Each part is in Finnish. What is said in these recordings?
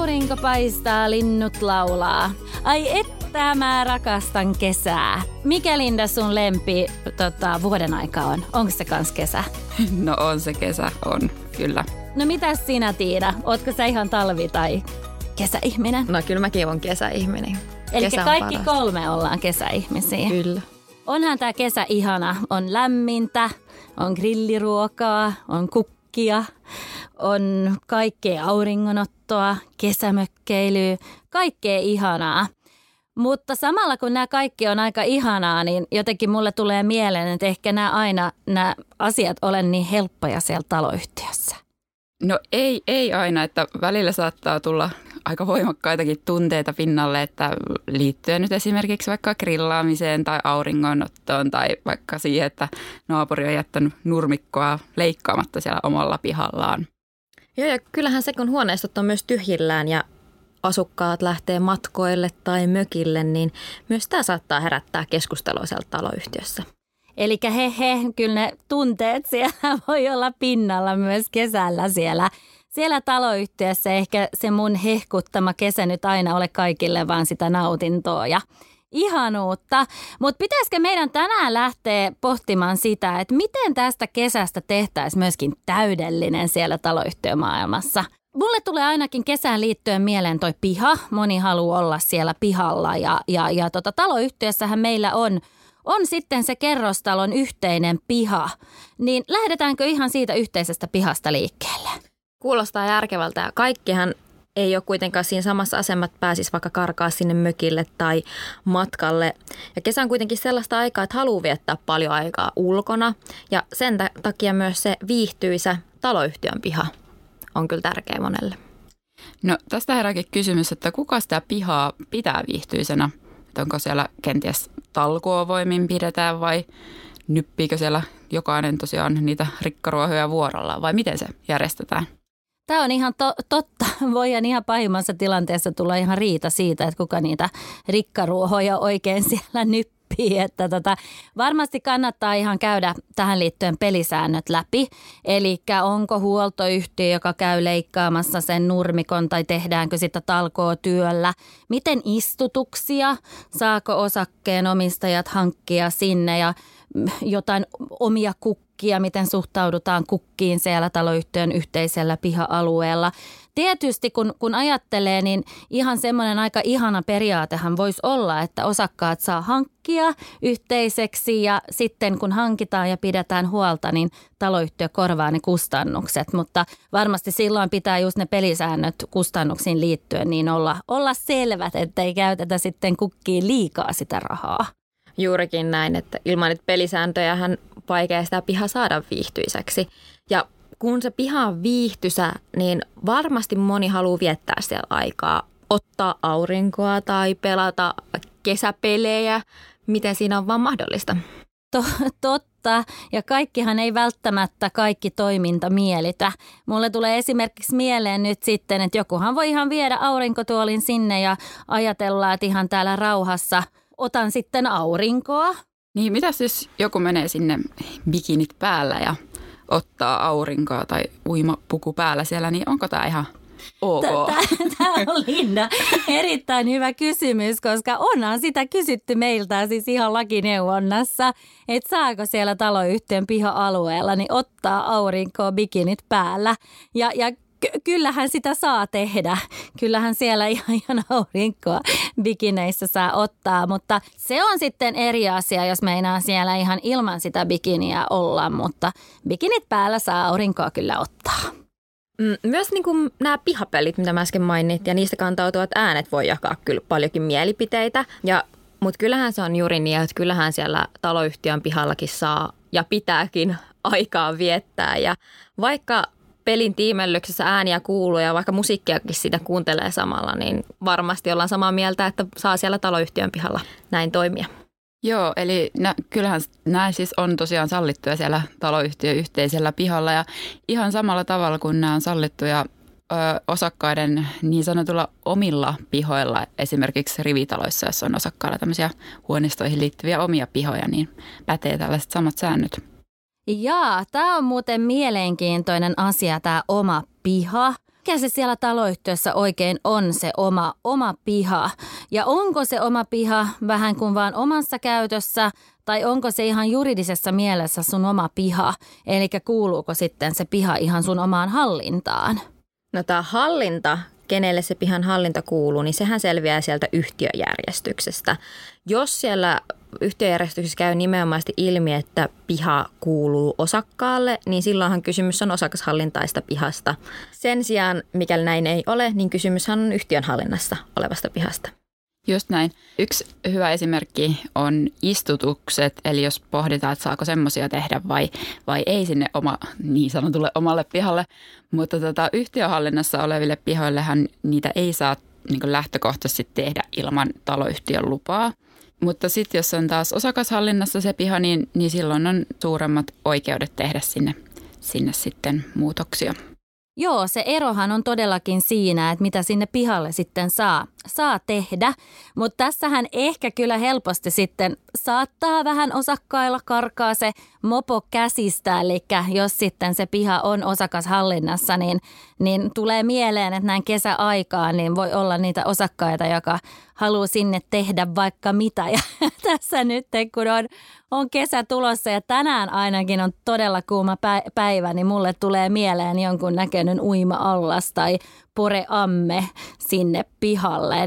Aurinko paistaa, linnut laulaa. Ai että mä rakastan kesää. Mikä, Linda, sun lempi vuoden aika on? Onko se kans kesä? No on se kesä, on kyllä. No mitäs sinä, Tiina? Ootko sä ihan talvi- tai kesäihminen? No kyllä mäkin on kesäihminen. Eli kaikki parasta. 3 ollaan kesäihmisiä. Kyllä. Onhan tää kesä ihana. On lämmintä, on grilliruokaa, on kukkia, on kaikkea auringonottoa, kesämökkeilyä, kaikkea ihanaa. Mutta samalla kun nämä kaikki on aika ihanaa, niin jotenkin mulle tulee mieleen, että ehkä nämä asiat ole niin helppoja siellä taloyhtiössä. No ei aina, että välillä saattaa tulla aika voimakkaitakin tunteita pinnalle, että liittyen nyt esimerkiksi vaikka grillaamiseen tai auringonottoon tai vaikka siihen, että naapuri on jättänyt nurmikkoa leikkaamatta siellä omalla pihallaan. Joo, ja kyllähän se, kun huoneistot on myös tyhjillään ja asukkaat lähtee matkoille tai mökille, niin myös tämä saattaa herättää keskustelua siellä taloyhtiössä. Eli kyllä ne tunteet siellä voi olla pinnalla myös kesällä siellä taloyhtiössä. Ehkä se mun hehkuttama kesä nyt aina ole kaikille vaan sitä nautintoa ja ihanuutta. Mutta pitäisikö meidän tänään lähteä pohtimaan sitä, että miten tästä kesästä tehtäisiin myöskin täydellinen siellä taloyhtiömaailmassa? Mulle tulee ainakin kesään liittyen mieleen toi piha. Moni haluaa olla siellä pihalla ja taloyhtiössähän meillä on sitten se kerrostalon yhteinen piha. Niin lähdetäänkö ihan siitä yhteisestä pihasta liikkeelle? Kuulostaa järkevältä ja kaikkihan ei ole kuitenkaan siinä samassa asemassa, että pääsisi vaikka karkaa sinne mökille tai matkalle. Ja kesä on kuitenkin sellaista aikaa, että haluaa viettää paljon aikaa ulkona ja sen takia myös se viihtyisä taloyhtiön piha on kyllä tärkeä monelle. No tästä herääkin kysymys, että kuka sitä pihaa pitää viihtyisenä? Että onko siellä kenties talkoovoimin pidetään vai nyppiikö siellä jokainen tosiaan niitä rikkaruohoja vuorollaan vai miten se järjestetään? Tämä on ihan totta. Voidaan ihan pahimmassa tilanteessa tulla ihan riita siitä, että kuka niitä rikkaruohoja oikein siellä nyppii. Että varmasti kannattaa ihan käydä tähän liittyen pelisäännöt läpi. Eli onko huoltoyhtiö, joka käy leikkaamassa sen nurmikon tai tehdäänkö sitä talkootyöllä. Miten istutuksia, saako osakkeen omistajat hankkia sinne ja jotain omia kukkia, miten suhtaudutaan kukkiin siellä taloyhtiön yhteisellä piha-alueella. Tietysti kun ajattelee, niin ihan semmoinen aika ihana periaatehan voisi olla, että osakkaat saa hankkia yhteiseksi ja sitten kun hankitaan ja pidetään huolta, niin taloyhtiö korvaa ne kustannukset. Mutta varmasti silloin pitää just ne pelisäännöt kustannuksiin liittyen niin olla selvät, ettei käytetä sitten kukkiin liikaa sitä rahaa. Juurikin näin, että ilman niitä pelisääntöjähän vaikea sitä pihaa saada viihtyiseksi. Ja kun se piha on viihtyisä, niin varmasti moni haluaa viettää siellä aikaa, ottaa aurinkoa tai pelata kesäpelejä, miten siinä on vaan mahdollista. Totta, ja kaikkihan ei välttämättä kaikki toiminta mielitä. Mulle tulee esimerkiksi mieleen nyt sitten, että jokuhan voi ihan viedä aurinkotuolin sinne ja ajatella, että ihan täällä rauhassa otan sitten aurinkoa. Niin, mitäs jos joku menee sinne bikinit päällä ja ottaa aurinkoa tai uimapuku päällä siellä, niin onko tämä ihan ok? Tämä on, Linda, erittäin hyvä kysymys, koska onhan sitä kysytty meiltä siis ihan lakineuvonnassa, että saako siellä taloyhtiön piha-alueella niin ottaa aurinkoa bikinit päällä ja kyllähän sitä saa tehdä. Kyllähän siellä ihan aurinkoa bikineissä saa ottaa, mutta se on sitten eri asia, jos meinaa siellä ihan ilman sitä bikiniä olla, mutta bikinit päällä saa aurinkoa kyllä ottaa. Myös niin kuin nämä pihapelit, mitä mä äsken mainit, ja niistä kantautuvat äänet voi jakaa kyllä paljonkin mielipiteitä. Mutta kyllähän se on juuri niin, että kyllähän siellä taloyhtiön pihallakin saa ja pitääkin aikaa viettää. Ja vaikka pelin tiimellyksessä ääniä kuuluu ja vaikka musiikkiakin sitä kuuntelee samalla, niin varmasti ollaan samaa mieltä, että saa siellä taloyhtiön pihalla näin toimia. Joo, eli kyllähän nämä siis on tosiaan sallittuja siellä taloyhtiön yhteisellä pihalla ja ihan samalla tavalla kuin nämä on sallittuja osakkaiden niin sanotulla omilla pihoilla, esimerkiksi rivitaloissa, jos on osakkailla tämmöisiä huoneistoihin liittyviä omia pihoja, niin pätee tällaiset samat säännöt. Jaa, tämä on muuten mielenkiintoinen asia, tämä oma piha. mikä se siellä taloyhtiössä oikein on se oma piha. Ja onko se oma piha vähän kuin vaan omassa käytössä tai onko se ihan juridisessa mielessä sun oma piha? Eli kuuluuko sitten se piha ihan sun omaan hallintaan? No tämä hallinta, kenelle se pihan hallinta kuuluu, niin sehän selviää sieltä yhtiöjärjestyksestä. Jos siellä yhtiöjärjestyksessä käy nimenomaan ilmi, että piha kuuluu osakkaalle, niin silloinhan kysymys on osakashallintaista pihasta. Sen sijaan, mikäli näin ei ole, niin kysymyshän on yhtiön hallinnassa olevasta pihasta. Just näin. Yksi hyvä esimerkki on istutukset, eli jos pohditaan, että saako semmoisia tehdä vai ei sinne niin sanotulle omalle pihalle. Mutta yhtiöhallinnassa oleville pihoillehan niitä ei saa niin kuin lähtökohtaisesti tehdä ilman taloyhtiön lupaa. Mutta sitten jos on taas osakashallinnassa se piha, niin silloin on suuremmat oikeudet tehdä sinne sitten muutoksia. Joo, se erohan on todellakin siinä, että mitä sinne pihalle sitten saa tehdä, mutta tässähän ehkä kyllä helposti sitten saattaa vähän osakkailla karkaa se mopo käsistä, eli jos sitten se piha on osakashallinnassa, niin tulee mieleen, että näin kesäaikaan niin voi olla niitä osakkaita, joka haluaa sinne tehdä vaikka mitä. Ja tässä nyt, kun on kesä tulossa ja tänään ainakin on todella kuuma päivä, niin mulle tulee mieleen jonkun näköinen uima-allas tai poreamme sinne pihalle,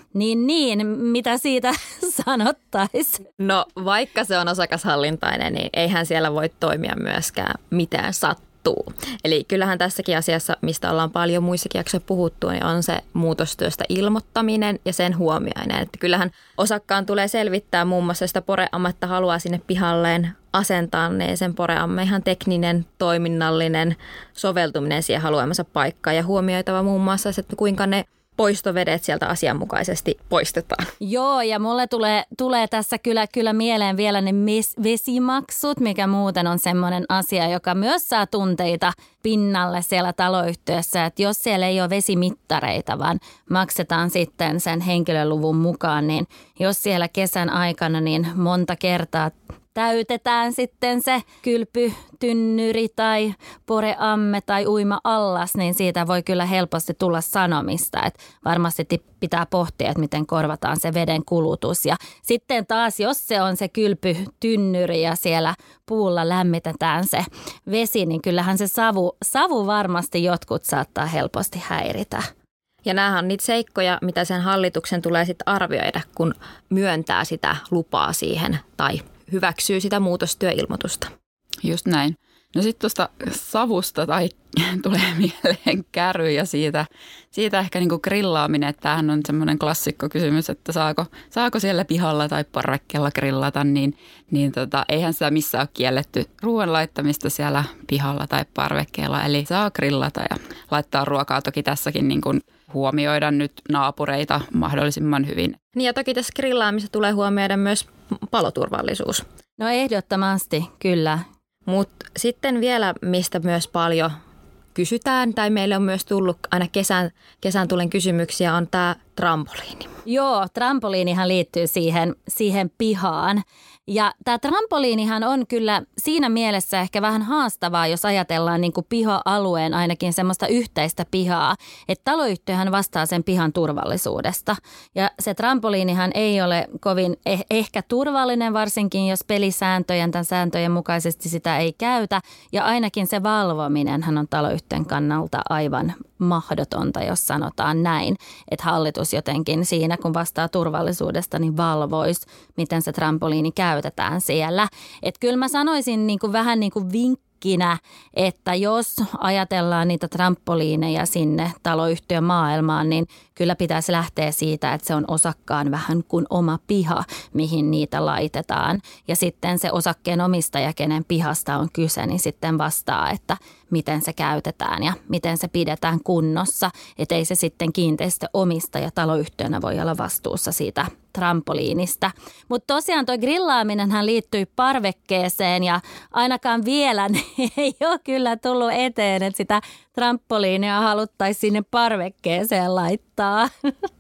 niin mitä siitä sanottaisiin? No vaikka se on osakashallintainen, niin eihän siellä voi toimia myöskään mitään sattuu. Eli kyllähän tässäkin asiassa, mistä ollaan paljon muissakin jaksoissa puhuttu, niin on se muutostyöstä ilmoittaminen ja sen huomioinen. Että kyllähän osakkaan tulee selvittää muun muassa sitä poreammetta haluaa sinne pihalleen asentaa, niin sen poreamme ihan tekninen, toiminnallinen soveltuminen siihen haluamansa paikkaan ja huomioitava muun muassa, että kuinka ne poistovedet sieltä asianmukaisesti poistetaan. Joo, ja mulle tulee tässä kyllä mieleen vielä ne vesimaksut, mikä muuten on semmoinen asia, joka myös saa tunteita pinnalle siellä taloyhtiössä. Että jos siellä ei ole vesimittareita, vaan maksetaan sitten sen henkilöluvun mukaan, niin jos siellä kesän aikana niin monta kertaa täytetään sitten se kylpytynnyri tai poreamme tai uima-allas, niin siitä voi kyllä helposti tulla sanomista. Että varmasti pitää pohtia, että miten korvataan se veden kulutus. Ja sitten taas, jos se on se kylpytynnyri ja siellä puulla lämmitetään se vesi, niin kyllähän se savu varmasti jotkut saattaa helposti häiritä. Ja näähän on niitä seikkoja, mitä sen hallituksen tulee sitten arvioida, kun myöntää sitä lupaa siihen tai hyväksyy sitä muutostyöilmoitusta. Just näin. No sitten tuosta savusta tulee mieleen käry ja siitä ehkä niinku grillaaminen, että tämähän on semmoinen klassikkokysymys, että saako siellä pihalla tai parvekkeella grillata, niin eihän sitä missään ole kielletty ruoan laittamista siellä pihalla tai parvekkeella, eli saa grillata ja laittaa ruokaa. Toki tässäkin niin kuin huomioida nyt naapureita mahdollisimman hyvin. Niin ja toki tässä grillaamisessa tulee huomioida myös paloturvallisuus. No ehdottomasti, kyllä. Mutta sitten vielä, mistä myös paljon kysytään, tai meille on myös tullut aina kesän tulen kysymyksiä, on tämä trampoliini. Joo, trampoliinihan liittyy siihen pihaan. Ja tämä trampoliinihan on kyllä siinä mielessä ehkä vähän haastavaa, jos ajatellaan niin kuin piha-alueen ainakin semmoista yhteistä pihaa. Että taloyhtiöhän vastaa sen pihan turvallisuudesta. Ja se trampoliinihan ei ole kovin ehkä turvallinen, varsinkin jos pelisääntöjen tai sääntöjen mukaisesti sitä ei käytä. Ja ainakin se valvominenhan on taloyhtiön kannalta aivan mahdotonta, jos sanotaan näin. Että hallitus jotenkin siinä, kun vastaa turvallisuudesta, niin valvoisi, miten se trampoliini käytetään siellä. Että kyllä mä sanoisin niin kuin vähän niin kuin vinkkinä, että jos ajatellaan niitä trampoliineja sinne taloyhtiön maailmaan, niin kyllä pitäisi lähteä siitä, että se on osakkaan vähän kuin oma piha, mihin niitä laitetaan. Ja sitten se osakkeen omistaja, kenen pihasta on kyse, niin sitten vastaa, että miten se käytetään ja miten se pidetään kunnossa. Että ei se sitten kiinteistöomistaja taloyhtiönä voi olla vastuussa siitä trampoliinista. Mutta tosiaan tuo grillaaminenhan liittyy parvekkeeseen ja ainakaan vielä ei ole kyllä tullut eteen, että sitä trampoliinia haluttaisiin sinne parvekkeeseen laittaa.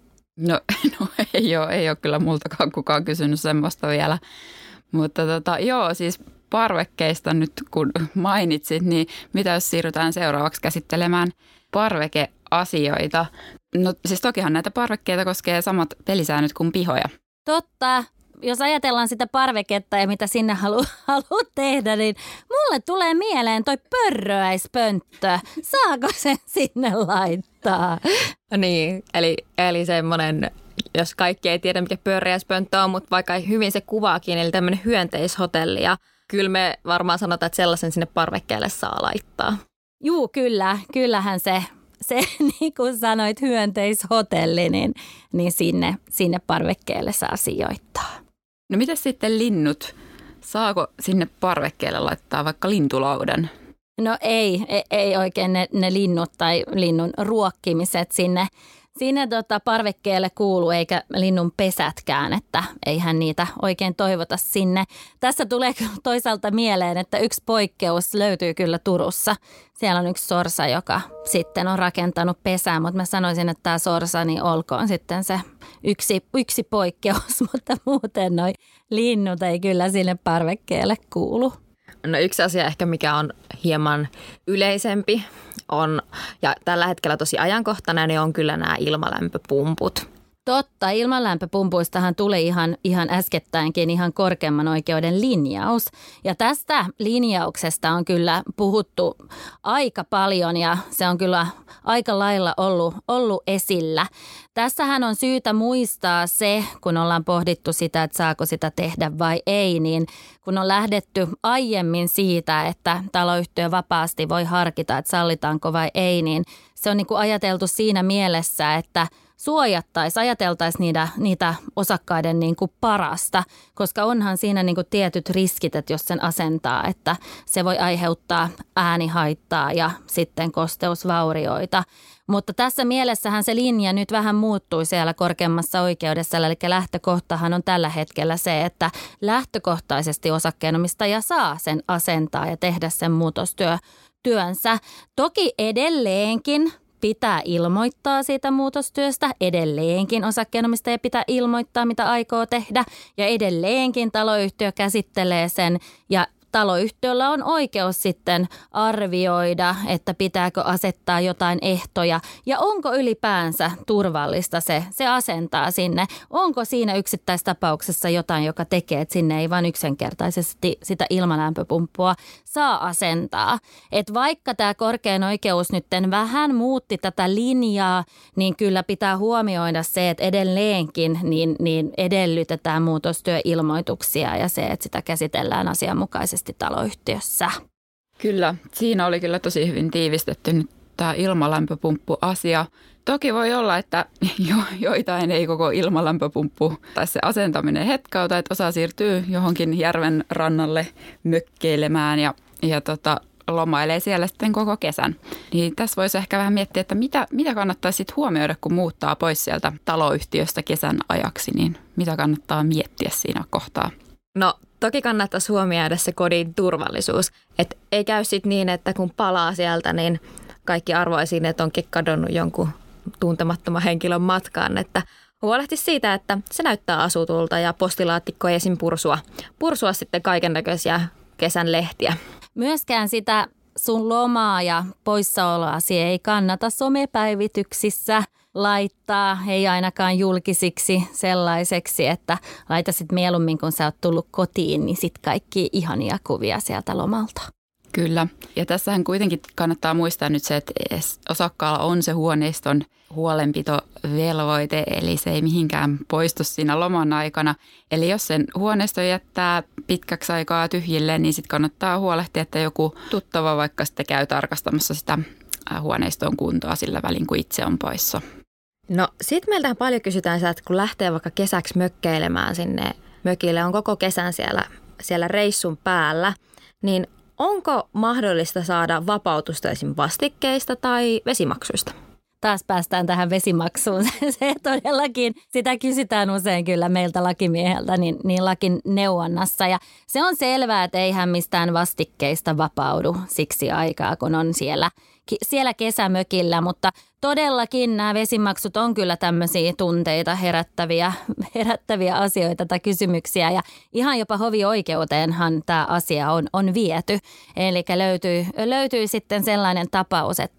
No ei ole kyllä multakaan kukaan kysynyt semmoista vielä. Mutta joo, siis parvekkeista nyt kun mainitsit, niin mitä jos siirrytään seuraavaksi käsittelemään parvekealueita. asioita. No siis tokihan näitä parvekkeita koskee samat pelisäännöt kuin pihoja. Totta. Jos ajatellaan sitä parveketta ja mitä sinne haluaa tehdä, niin mulle tulee mieleen toi pörröäispönttö. Saako sen sinne laittaa? Niin, eli semmoinen, jos kaikki ei tiedä mikä pörröäispönttö on, mutta vaikka hyvin se kuvaakin, eli tämmöinen hyönteishotelli. Ja kyllä me varmaan sanotaan, että sellaisen sinne parvekkeelle saa laittaa. Juu, kyllähän se niin kuin sanoit, hyönteishotelli, niin sinne parvekkeelle saa sijoittaa. No miten sitten linnut? Saako sinne parvekkeelle laittaa vaikka lintulaudan? No ei oikein ne linnut tai linnun ruokkimiset sinne parvekkeelle kuulu, eikä linnun pesätkään, että eihän niitä oikein toivota sinne. Tässä tulee toisaalta mieleen, että yksi poikkeus löytyy kyllä Turussa. Siellä on yksi sorsa, joka sitten on rakentanut pesää, mutta mä sanoisin, että tämä sorsa niin olkoon sitten se yksi poikkeus, mutta muuten noi linnut ei kyllä sinne parvekkeelle kuulu. No yksi asia ehkä, mikä on hieman yleisempi on, ja tällä hetkellä tosi ajankohtainen, niin on kyllä nämä ilmalämpöpumput. Totta, ilmanlämpöpumpuistahan tuli ihan äskettäinkin ihan korkeimman oikeuden linjaus. Ja tästä linjauksesta on kyllä puhuttu aika paljon ja se on kyllä aika lailla ollut esillä. Tässähän on syytä muistaa se, kun ollaan pohdittu sitä, että saako sitä tehdä vai ei, niin kun on lähdetty aiemmin siitä, että taloyhtiö vapaasti voi harkita, että sallitaanko vai ei, niin se on niin kuin ajateltu siinä mielessä, että ajateltaisiin niitä osakkaiden niin kuin parasta, koska onhan siinä niin kuin tietyt riskit, että jos sen asentaa, että se voi aiheuttaa äänihaittaa ja sitten kosteusvaurioita. Mutta tässä mielessähän se linja nyt vähän muuttui siellä korkeammassa oikeudessa, eli lähtökohtahan on tällä hetkellä se, että lähtökohtaisesti osakkeenomistaja saa sen asentaa ja tehdä sen muutostyönsä. Toki edelleenkin pitää ilmoittaa siitä muutostyöstä, edelleenkin osakkeenomistaja pitää ilmoittaa, mitä aikoo tehdä ja edelleenkin taloyhtiö käsittelee sen ja taloyhtiöllä on oikeus sitten arvioida, että pitääkö asettaa jotain ehtoja ja onko ylipäänsä turvallista se asentaa sinne. Onko siinä yksittäistapauksessa jotain, joka tekee, että sinne ei vain yksinkertaisesti sitä ilmalämpöpumppua saa asentaa. Et vaikka tämä korkein oikeus nyt vähän muutti tätä linjaa, niin kyllä pitää huomioida se, että edelleenkin niin edellytetään muutostyöilmoituksia ja se, että sitä käsitellään asianmukaisesti taloyhtiössä. Kyllä, siinä oli kyllä tosi hyvin tiivistetty nyt tämä ilmalämpöpumppu-asia. Toki voi olla, että joitain ei koko ilmalämpöpumppu tai se asentaminen hetkauta, että osa siirtyy johonkin järven rannalle mökkeilemään ja lomailee siellä sitten koko kesän. Niin tässä voisi ehkä vähän miettiä, että mitä kannattaisi sitten huomioida, kun muuttaa pois sieltä taloyhtiöstä kesän ajaksi, niin mitä kannattaa miettiä siinä kohtaa? No toki kannattaisi huomioida se kodin turvallisuus. Että ei käy sitten niin, että kun palaa sieltä, niin kaikki arvoisiin, että onkin kadonnut jonkun tuntemattoman henkilön matkaan. Että huolehti siitä, että se näyttää asutulta ja postilaatikko ei esim. Pursua sitten kaikennäköisiä kesän lehtiä. Myöskään sitä sun lomaa ja poissaoloasi ei kannata somepäivityksissä laittaa, ei ainakaan julkisiksi sellaiseksi, että laitasit mieluummin, kun sä oot tullut kotiin, niin sit kaikki ihania kuvia sieltä lomalta. Kyllä. Ja tässähän kuitenkin kannattaa muistaa nyt se, että osakkaalla on se huoneiston huolenpitovelvoite, eli se ei mihinkään poistu siinä loman aikana. Eli jos sen huoneisto jättää pitkäksi aikaa tyhjille, niin sitten kannattaa huolehtia, että joku tuttava vaikka sitten käy tarkastamassa sitä huoneiston kuntoa sillä välin, kun itse on poissa. No sit meiltä paljon kysytään sitä, että kun lähtee vaikka kesäksi mökkeilemään sinne mökille, on koko kesän siellä reissun päällä, niin onko mahdollista saada vapautusta esim. Vastikkeista tai vesimaksuista? Taas päästään tähän vesimaksuun. Se todellakin, sitä kysytään usein kyllä meiltä lakimieheltä niin lakin neuvonnassa. Ja se on selvää, että eihän mistään vastikkeista vapaudu siksi aikaa, kun on siellä kesämökillä. Mutta todellakin nämä vesimaksut on kyllä tämmöisiä tunteita herättäviä asioita tai kysymyksiä. Ja ihan jopa hovioikeuteenhan tämä asia on viety. Eli löytyy sitten sellainen tapaus, että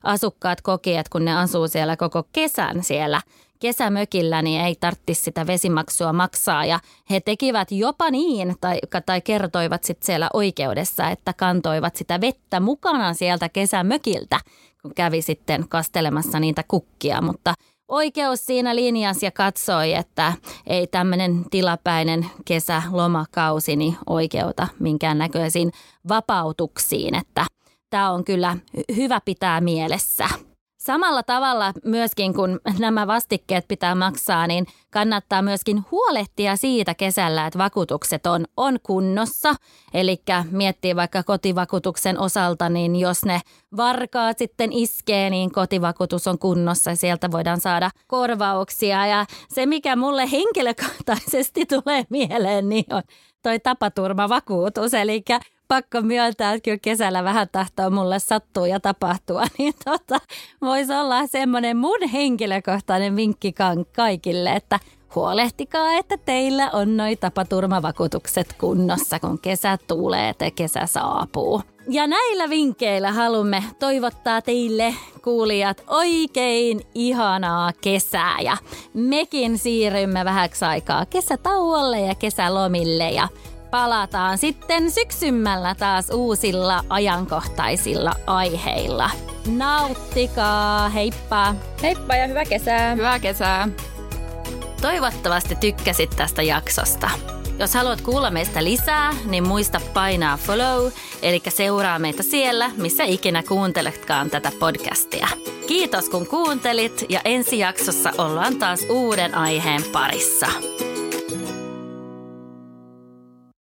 asukkaat koki, että kun ne asuu siellä koko kesän siellä kesämökillä, niin ei tarvitsisi sitä vesimaksua maksaa. Ja he tekivät jopa niin, tai kertoivat sitten siellä oikeudessa, että kantoivat sitä vettä mukana sieltä kesämökiltä, kun kävi sitten kastelemassa niitä kukkia. Mutta oikeus siinä linjasi ja katsoi, että ei tämmöinen tilapäinen kesälomakausi niin oikeuta minkäännäköisiin vapautuksiin, että tämä on kyllä hyvä pitää mielessä. Samalla tavalla myöskin, kun nämä vastikkeet pitää maksaa, niin kannattaa myöskin huolehtia siitä kesällä, että vakuutukset on kunnossa. Eli miettii vaikka kotivakuutuksen osalta, niin jos ne varkaat sitten iskee, niin kotivakuutus on kunnossa ja sieltä voidaan saada korvauksia. Ja se, mikä mulle henkilökohtaisesti tulee mieleen, niin on toi tapaturmavakuutus, eli pakko myöntää, että kyllä kesällä vähän tahtoo mulle sattua ja tapahtua, niin voisi olla semmoinen mun henkilökohtainen vinkki kaikille, että huolehtikaa, että teillä on noi tapaturmavakuutukset kunnossa, kun kesä tulee tai kesä saapuu. Ja näillä vinkkeillä haluamme toivottaa teille kuulijat oikein ihanaa kesää ja mekin siirrymme vähäksi aikaa kesätauolle ja kesälomille ja palataan sitten syksymällä taas uusilla ajankohtaisilla aiheilla. Nauttikaa, heippa! Heippa ja hyvää kesää! Hyvää kesää! Toivottavasti tykkäsit tästä jaksosta. Jos haluat kuulla meistä lisää, niin muista painaa follow, eli seuraa meitä siellä, missä ikinä kuunteletkaan tätä podcastia. Kiitos kun kuuntelit ja ensi jaksossa ollaan taas uuden aiheen parissa.